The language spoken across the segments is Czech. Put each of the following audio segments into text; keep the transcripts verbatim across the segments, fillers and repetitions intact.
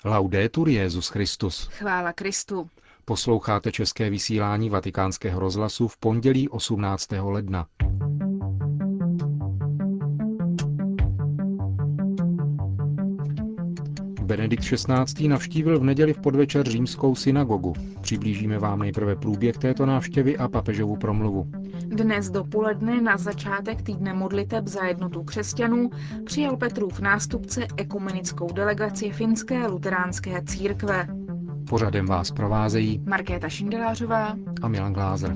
Laudetur Jesus Christus. Chvála Kristu. Posloucháte české vysílání Vatikánského rozhlasu v pondělí osmnáctého ledna. Benedikt šestnáctý navštívil v neděli v podvečer římskou synagogu. Přiblížíme vám nejprve průběh této návštěvy a papežovu promluvu. Dnes dopoledne na začátek týdne modliteb za jednotu křesťanů přijal Petrův nástupce ekumenickou delegaci finské luteránské církve. Pořadem vás provázejí Markéta Šindelářová a Milan Glázer.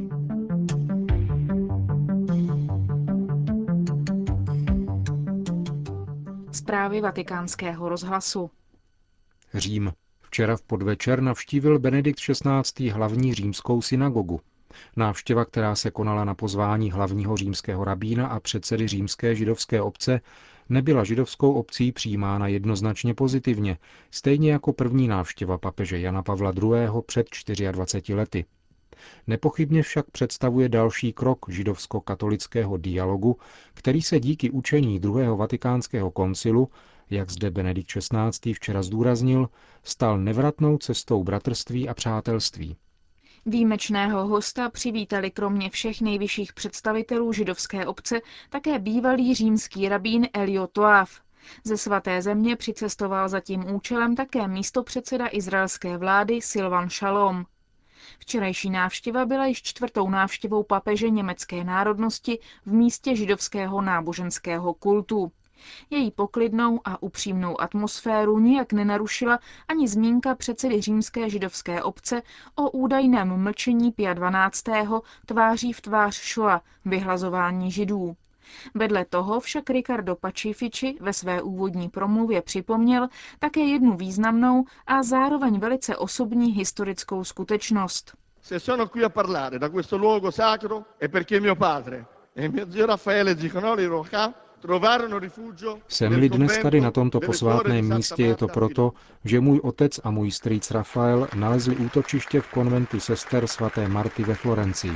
Zprávy Vatikánského rozhlasu. Řím. Včera v podvečer navštívil Benedikt šestnáctý hlavní římskou synagogu. Návštěva, která se konala na pozvání hlavního římského rabína a předsedy římské židovské obce, nebyla židovskou obcí přijímána jednoznačně pozitivně, stejně jako první návštěva papeže Jana Pavla druhého. před dvaceti čtyřmi lety. Nepochybně však představuje další krok židovsko-katolického dialogu, který se díky učení druhého vatikánského koncilu, jak zde Benedikt šestnáctý včera zdůraznil, stal nevratnou cestou bratrství a přátelství. Výjimečného hosta přivítali kromě všech nejvyšších představitelů židovské obce také bývalý římský rabín Elio Toav. Ze svaté země přicestoval za tím účelem také místopředseda izraelské vlády Silvan Šalom. Včerejší návštěva byla již čtvrtou návštěvou papeže německé národnosti v místě židovského náboženského kultu. Její poklidnou a upřímnou atmosféru nijak nenarušila ani zmínka předsedy římské židovské obce o údajném mlčení Pia dvanáctého. tváří v tvář Šoa, vyhlazování židů. Vedle toho však Riccardo Pacifici ve své úvodní promluvě připomněl také jednu významnou a zároveň velice osobní historickou skutečnost. Se sono qui a parlare da questo luogo sacro è perché mio padre e mio zio Raffaele Giconoli Roca trovarono rifugio. Jsem-li dnes tady na tomto posvátném místě, je to proto, že můj otec a můj strýc Rafael nalezli útočiště v konventu sester svaté Marty ve Florencii.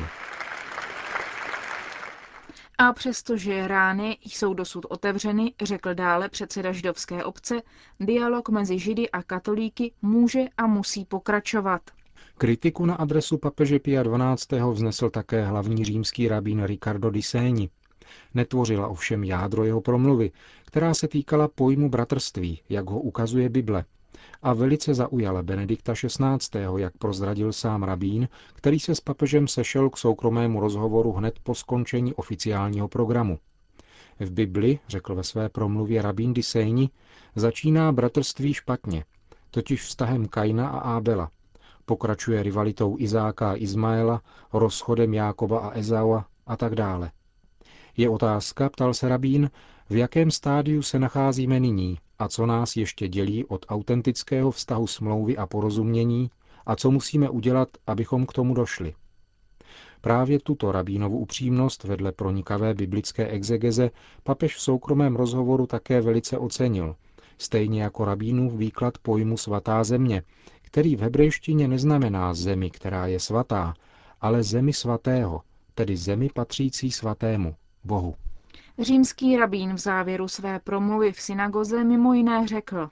A přestože rány jsou dosud otevřeny, řekl dále předseda židovské obce, dialog mezi židy a katolíky může a musí pokračovat. Kritiku na adresu papeže Pia dvanáctého. vznesl také hlavní římský rabín Riccardo di Segni. Netvořila ovšem jádro jeho promluvy, která se týkala pojmu bratrství, jak ho ukazuje Bible. A velice zaujala Benedikta šestnáctého., jak prozradil sám rabín, který se s papežem sešel k soukromému rozhovoru hned po skončení oficiálního programu. V Bibli, řekl ve své promluvě rabín di Segni, začíná bratrství špatně, totiž vztahem Kaina a Ábela. Pokračuje rivalitou Izáka a Izmaela, rozchodem Jákoba a Ezaua a tak dále. Je otázka, ptal se rabín, v jakém stádiu se nacházíme nyní a co nás ještě dělí od autentického vztahu smlouvy a porozumění a co musíme udělat, abychom k tomu došli. Právě tuto rabínovu upřímnost vedle pronikavé biblické exegeze papež v soukromém rozhovoru také velice ocenil, stejně jako rabínův výklad pojmu svatá země, který v hebrejštině neznamená zemi, která je svatá, ale zemi svatého, tedy zemi patřící svatému, Bohu. Římský rabín v závěru své promluvy v synagoze mimo jiné řekl: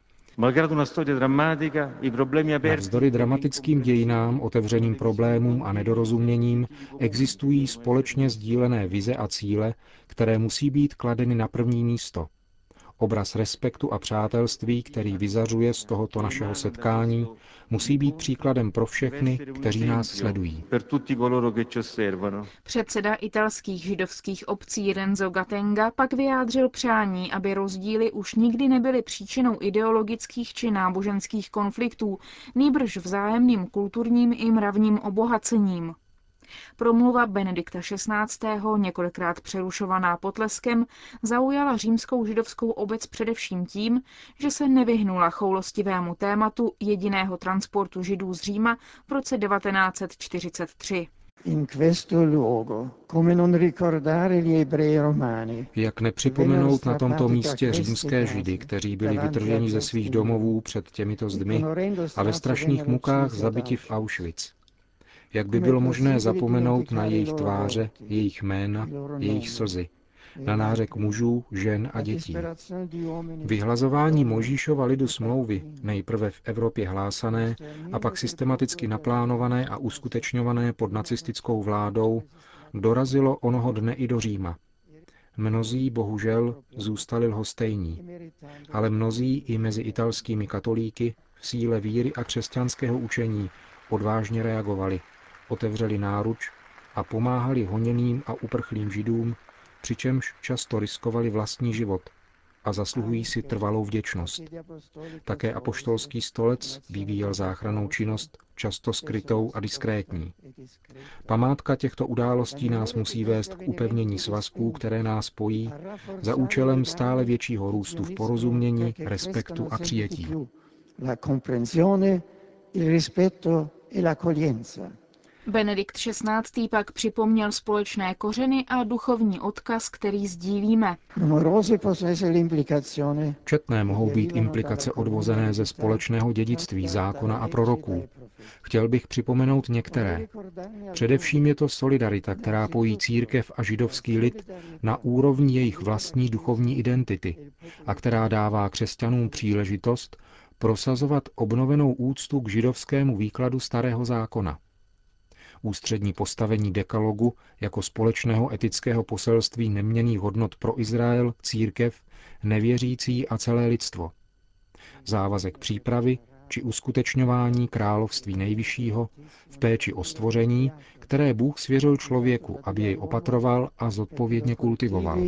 Navzdory dramatickým dějinám, otevřeným problémům a nedorozuměním existují společně sdílené vize a cíle, které musí být kladeny na první místo. Obraz respektu a přátelství, který vyzařuje z tohoto našeho setkání, musí být příkladem pro všechny, kteří nás sledují. Předseda italských židovských obcí Renzo Gattenga pak vyjádřil přání, aby rozdíly už nikdy nebyly příčinou ideologických či náboženských konfliktů, nýbrž vzájemným kulturním i mravním obohacením. Promluva Benedikta šestnáctého., několikrát přerušovaná potleskem, zaujala římskou židovskou obec především tím, že se nevyhnula choulostivému tématu jediného transportu židů z Říma v roce devatenáct set čtyřicet tři. Jak nepřipomenout na tomto místě římské židy, kteří byli vytrženi ze svých domovů před těmito zdmi a ve strašných mukách zabiti v Auschwitz. Jak by bylo možné zapomenout na jejich tváře, jejich jména, jejich slzy, na nářek mužů, žen a dětí. Vyhlazování Mojžíšova lidu smlouvy, nejprve v Evropě hlásané a pak systematicky naplánované a uskutečňované pod nacistickou vládou, dorazilo onoho dne i do Říma. Mnozí, bohužel, zůstali lhostejní, ale mnozí i mezi italskými katolíky v síle víry a křesťanského učení odvážně reagovali, otevřeli náruč a pomáhali honěným a uprchlým židům, přičemž často riskovali vlastní život a zasluhují si trvalou vděčnost. Také apoštolský stolec vyvíjel záchrannou činnost, často skrytou a diskrétní. Památka těchto událostí nás musí vést k upevnění svazků, které nás pojí, za účelem stále většího růstu v porozumění, respektu a přijetí. Benedikt šestnáctý pak připomněl společné kořeny a duchovní odkaz, který sdílíme. Četné mohou být implikace odvozené ze společného dědictví zákona a proroků. Chtěl bych připomenout některé. Především je to solidarita, která pojí církev a židovský lid na úrovni jejich vlastní duchovní identity a která dává křesťanům příležitost prosazovat obnovenou úctu k židovskému výkladu Starého zákona. Ústřední postavení dekalogu jako společného etického poselství neměnných hodnot pro Izrael, církev, nevěřící a celé lidstvo. Závazek přípravy či uskutečňování království nejvyššího v péči o stvoření, které Bůh svěřil člověku, aby jej opatroval a zodpovědně kultivoval.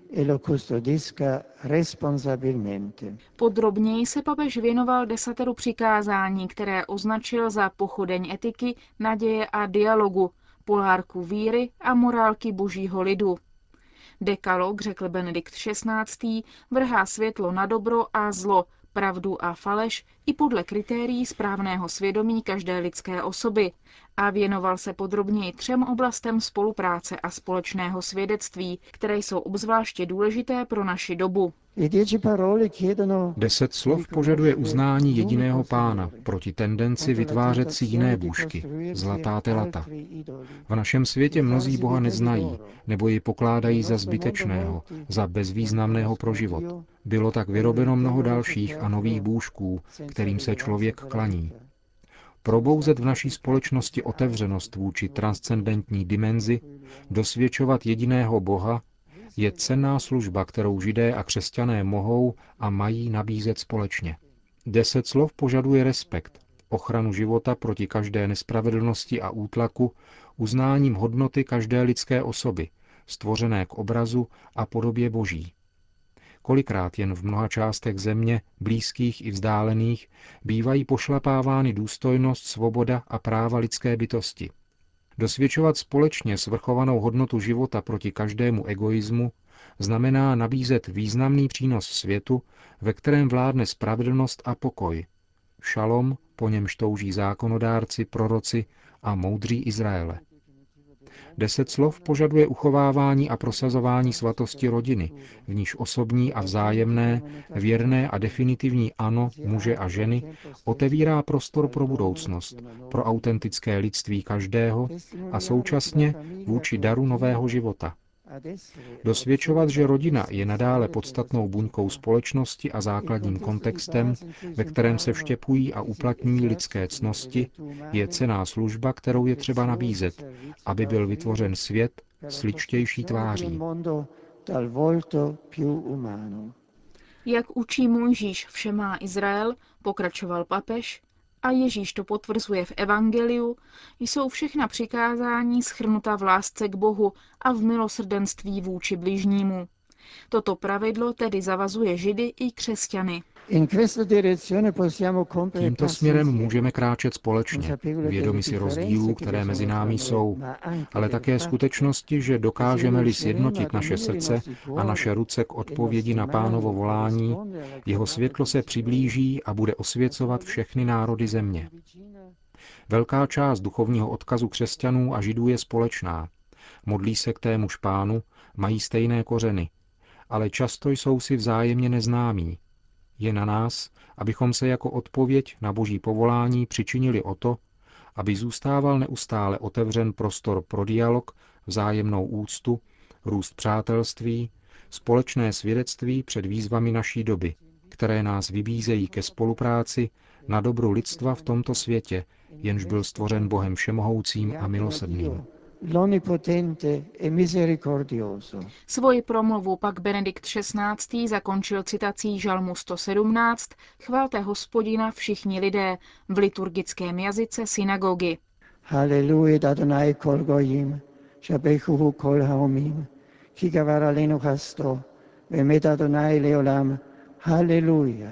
Podrobněji se papež věnoval desateru přikázání, které označil za pochodeň etiky, naděje a dialogu, polárku víry a morálky božího lidu. Dekalog, řekl Benedikt šestnáctý, vrhá světlo na dobro a zlo, pravdu a faleš i podle kritérií správného svědomí každé lidské osoby a věnoval se podrobněji třem oblastem spolupráce a společného svědectví, které jsou obzvláště důležité pro naši dobu. Deset slov požaduje uznání jediného Pána proti tendenci vytvářet si jiné bůžky, zlatá telata. V našem světě mnozí Boha neznají, nebo ji pokládají za zbytečného, za bezvýznamného pro život. Bylo tak vyrobeno mnoho dalších a nových bůžků, kterým se člověk klaní. Probouzet v naší společnosti otevřenost vůči transcendentní dimenzi, dosvědčovat jediného Boha, je cenná služba, kterou Židé a křesťané mohou a mají nabízet společně. Deset slov požaduje respekt, ochranu života proti každé nespravedlnosti a útlaku, uznáním hodnoty každé lidské osoby, stvořené k obrazu a podobě Boží. Kolikrát jen v mnoha částech země, blízkých i vzdálených, bývají pošlapávány důstojnost, svoboda a práva lidské bytosti. Dosvědčovat společně svrchovanou hodnotu života proti každému egoismu znamená nabízet významný přínos světu, ve kterém vládne spravedlnost a pokoj. Šalom, po němž touží zákonodárci, proroci a moudří Izraele. Deset slov požaduje uchovávání a prosazování svatosti rodiny, v níž osobní a vzájemné, věrné a definitivní ano muže a ženy otevírá prostor pro budoucnost, pro autentické lidství každého a současně vůči daru nového života. Dosvědčovat, že rodina je nadále podstatnou buňkou společnosti a základním kontextem, ve kterém se vštěpují a uplatňují lidské ctnosti, je cenná služba, kterou je třeba nabízet, aby byl vytvořen svět s lidštější tváří. Jak učí Mojžíš, vše má Izrael, pokračoval papež, a Ježíš to potvrzuje v evangeliu, jsou všechna přikázání shrnuta v lásce k Bohu a v milosrdenství vůči bližnímu. Toto pravidlo tedy zavazuje Židy i křesťany. Tímto směrem můžeme kráčet společně, vědomi si rozdílů, které mezi námi jsou, ale také skutečnosti, že dokážeme-li sjednotit naše srdce a naše ruce k odpovědi na Pánovo volání, jeho světlo se přiblíží a bude osvěcovat všechny národy země. Velká část duchovního odkazu křesťanů a Židů je společná. Modlí se k témuž Pánu, mají stejné kořeny, ale často jsou si vzájemně neznámí. Je na nás, abychom se jako odpověď na Boží povolání přičinili o to, aby zůstával neustále otevřen prostor pro dialog, vzájemnou úctu, růst přátelství, společné svědectví před výzvami naší doby, které nás vybízejí ke spolupráci na dobro lidstva v tomto světě, jenž byl stvořen Bohem všemohoucím a milosrdným. Svoji promluvu pak Benedikt šestnáctý. Zakončil citací žalmu sto sedmnáct Chvalte Hospodina všichni lidé v liturgickém jazyce synagogy. Halleluja Adonai kol goyim, shabechuhu kol haomim, ki gavar aleinu chasto, ve'emet Adonai leolam. Halleluja.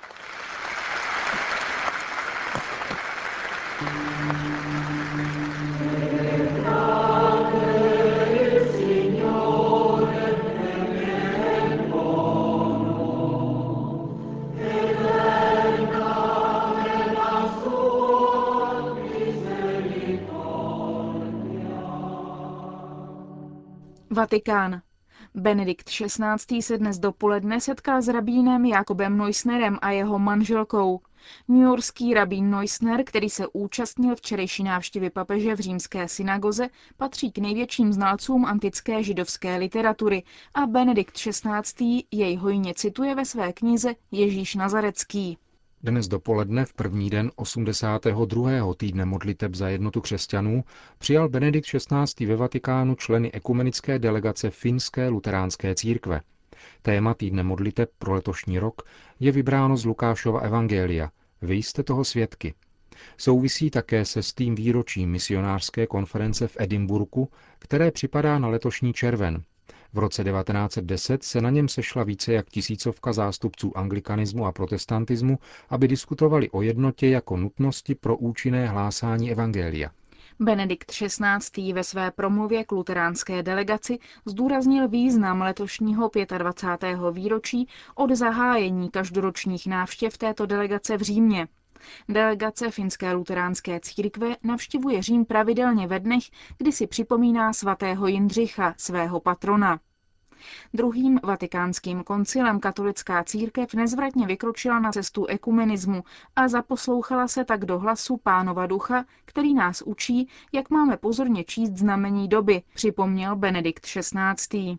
Vatikán. Benedikt šestnáctý. se dnes dopoledne setkal s rabínem Jakobem Neusnerem a jeho manželkou. Newyorský rabín Neusner, který se účastnil včerejší návštěvy papeže v římské synagoze, patří k největším znalcům antické židovské literatury a Benedikt šestnáctý. jej hojně cituje ve své knize Ježíš Nazarecký. Dnes dopoledne v první den osmdesátého druhého týdne modliteb za jednotu křesťanů přijal Benedikt šestnáctý. ve Vatikánu členy ekumenické delegace finské luteránské církve. Téma týdne modliteb pro letošní rok je vybráno z Lukášova evangelia. Vy jste toho svědky. Souvisí také se stým výročím misionářské konference v Edinburghu, které připadá na letošní červen. V roce devatenáct set deset se na něm sešla více jak tisícovka zástupců anglikanismu a protestantismu, aby diskutovali o jednotě jako nutnosti pro účinné hlásání evangelia. Benedikt šestnáctý. ve své promluvě k luteránské delegaci zdůraznil význam letošního dvacátého pátého výročí od zahájení každoročních návštěv této delegace v Římě. Delegace finské luteránské církve navštěvuje Řím pravidelně ve dnech, kdy si připomíná svatého Jindřicha, svého patrona. Druhým vatikánským koncilem katolická církev nezvratně vykročila na cestu ekumenismu a zaposlouchala se tak do hlasu Pánova ducha, který nás učí, jak máme pozorně číst znamení doby, připomněl Benedikt šestnáctý.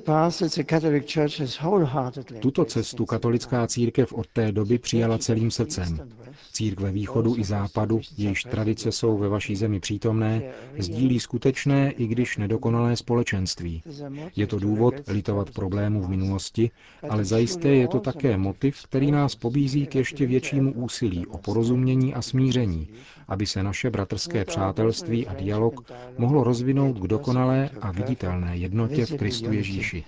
Tuto cestu katolická církev od té doby přijala celým srdcem. Církve východu i západu, jejíž tradice jsou ve vaší zemi přítomné, sdílí skutečné, i když nedokonalé společenství. Je to důvod litovat problémů v minulosti, ale zajisté je to také motiv, který nás pobízí k ještě většímu úsilí o porozumění a smíření, aby se naše bratrské přátelství a dialog mohlo rozvinout k dokonalé a viditelné jednotě v Kristu Ježíši.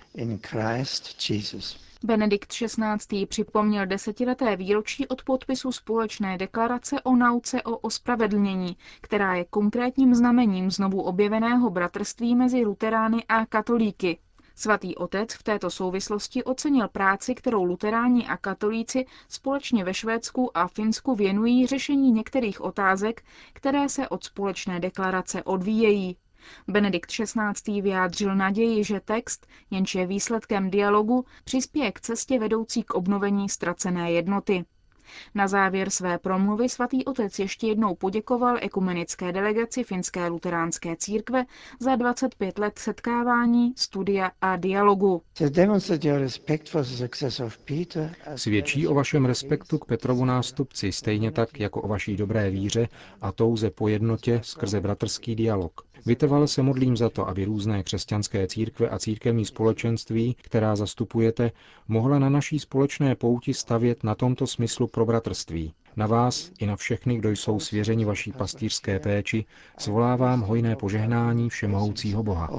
Benedikt šestnáctý. připomněl desetileté výročí od podpisu společné deklarace o nauce o ospravedlnění, která je konkrétním znamením znovu objeveného bratrství mezi luterány a katolíky. Svatý otec v této souvislosti ocenil práci, kterou luteráni a katolíci společně ve Švédsku a Finsku věnují řešení některých otázek, které se od společné deklarace odvíjejí. Benedikt šestnáctý. vyjádřil naději, že text, jenž je výsledkem dialogu, přispěje k cestě vedoucí k obnovení ztracené jednoty. Na závěr své promluvy svatý otec ještě jednou poděkoval ekumenické delegaci finské luteránské církve za dvacet pět let setkávání, studia a dialogu. Svědčí o vašem respektu k Petrovu nástupci, stejně tak jako o vaší dobré víře a touze po jednotě skrze bratrský dialog. Vytrvale se modlím za to, aby různé křesťanské církve a církevní společenství, která zastupujete, mohla na naší společné pouti stavět na tomto smyslu pro bratrství. Na vás i na všechny, kdo jsou svěřeni vaší pastýřské péči, svolávám hojné požehnání všemohoucího Boha.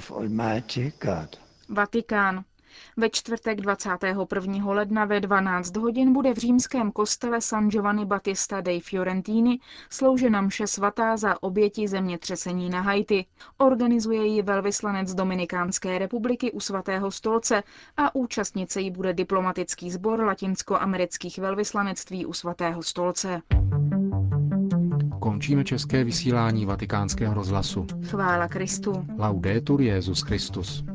Vatikán. Ve čtvrtek dvacátého prvního ledna ve dvanáct hodin bude v římském kostele San Giovanni Battista dei Fiorentini sloužena mše svatá za oběti zemětřesení na Haiti. Organizuje ji velvyslanec Dominikánské republiky u Svatého stolce a účastnit se jí bude diplomatický sbor latinskoamerických velvyslanectví u Svatého stolce. Končíme české vysílání Vatikánského rozhlasu. Chvála Kristu. Laudetur Jesus Christus.